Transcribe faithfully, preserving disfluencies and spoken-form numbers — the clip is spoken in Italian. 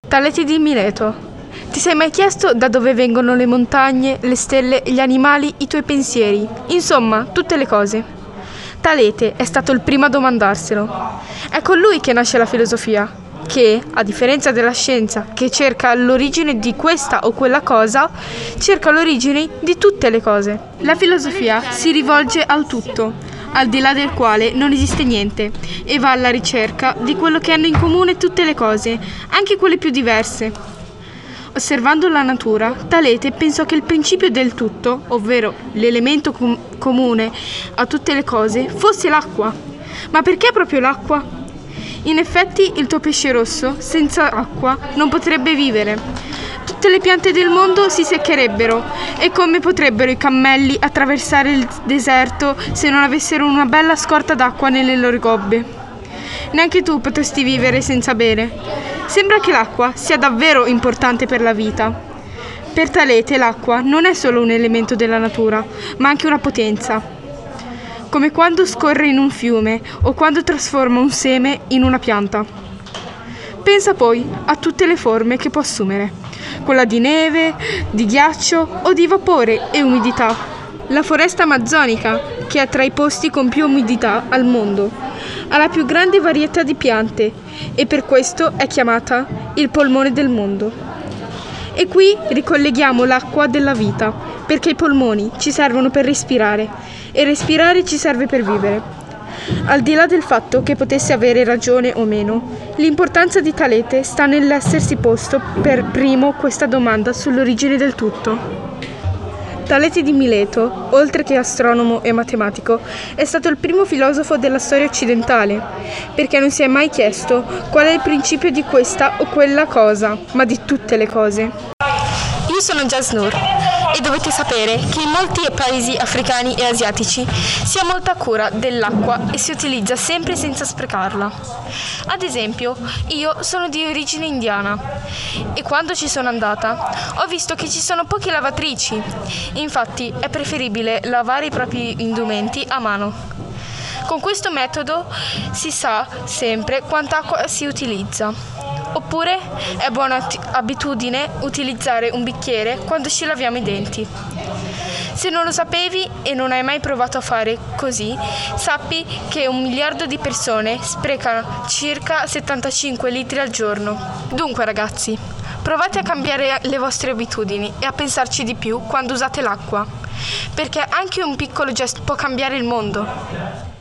Taleti di Mileto, ti sei mai chiesto da dove vengono le montagne, le stelle, gli animali, i tuoi pensieri? Insomma, tutte le cose. Talete è stato il primo a domandarselo. È con lui che nasce la filosofia, che, a differenza della scienza, che cerca l'origine di questa o quella cosa, cerca l'origine di tutte le cose. La filosofia si rivolge al tutto, al di là del quale non esiste niente, e va alla ricerca di quello che hanno in comune tutte le cose, anche quelle più diverse. Osservando la natura, Talete pensò che il principio del tutto, ovvero l'elemento com- comune a tutte le cose, fosse l'acqua. Ma perché proprio l'acqua? In effetti il tuo pesce rosso, senza acqua, non potrebbe vivere. Tutte le piante del mondo si seccherebbero, e come potrebbero i cammelli attraversare il deserto se non avessero una bella scorta d'acqua nelle loro gobbe? Neanche tu potresti vivere senza bere. Sembra che l'acqua sia davvero importante per la vita. Per Talete l'acqua non è solo un elemento della natura, ma anche una potenza. Come quando scorre in un fiume o quando trasforma un seme in una pianta. Pensa poi a tutte le forme che può assumere, quella di neve, di ghiaccio o di vapore e umidità. La foresta amazzonica, che è tra i posti con più umidità al mondo, ha la più grande varietà di piante e per questo è chiamata il polmone del mondo. E qui ricolleghiamo l'acqua della vita, perché i polmoni ci servono per respirare e respirare ci serve per vivere. Al di là del fatto che potesse avere ragione o meno, l'importanza di Talete sta nell'essersi posto per primo questa domanda sull'origine del tutto. Talete di Mileto, oltre che astronomo e matematico, è stato il primo filosofo della storia occidentale, perché non si è mai chiesto qual è il principio di questa o quella cosa, ma di tutte le cose. Io sono Jasnur e dovete sapere che in molti paesi africani e asiatici si ha molta cura dell'acqua e si utilizza sempre senza sprecarla. Ad esempio, io sono di origine indiana e quando ci sono andata ho visto che ci sono poche lavatrici. Infatti è preferibile lavare i propri indumenti a mano. Con questo metodo si sa sempre quanta acqua si utilizza. Oppure è buona abitudine utilizzare un bicchiere quando ci laviamo i denti. Se non lo sapevi e non hai mai provato a fare così, sappi che un miliardo di persone sprecano circa settantacinque litri al giorno. Dunque ragazzi, provate a cambiare le vostre abitudini e a pensarci di più quando usate l'acqua, perché anche un piccolo gesto può cambiare il mondo.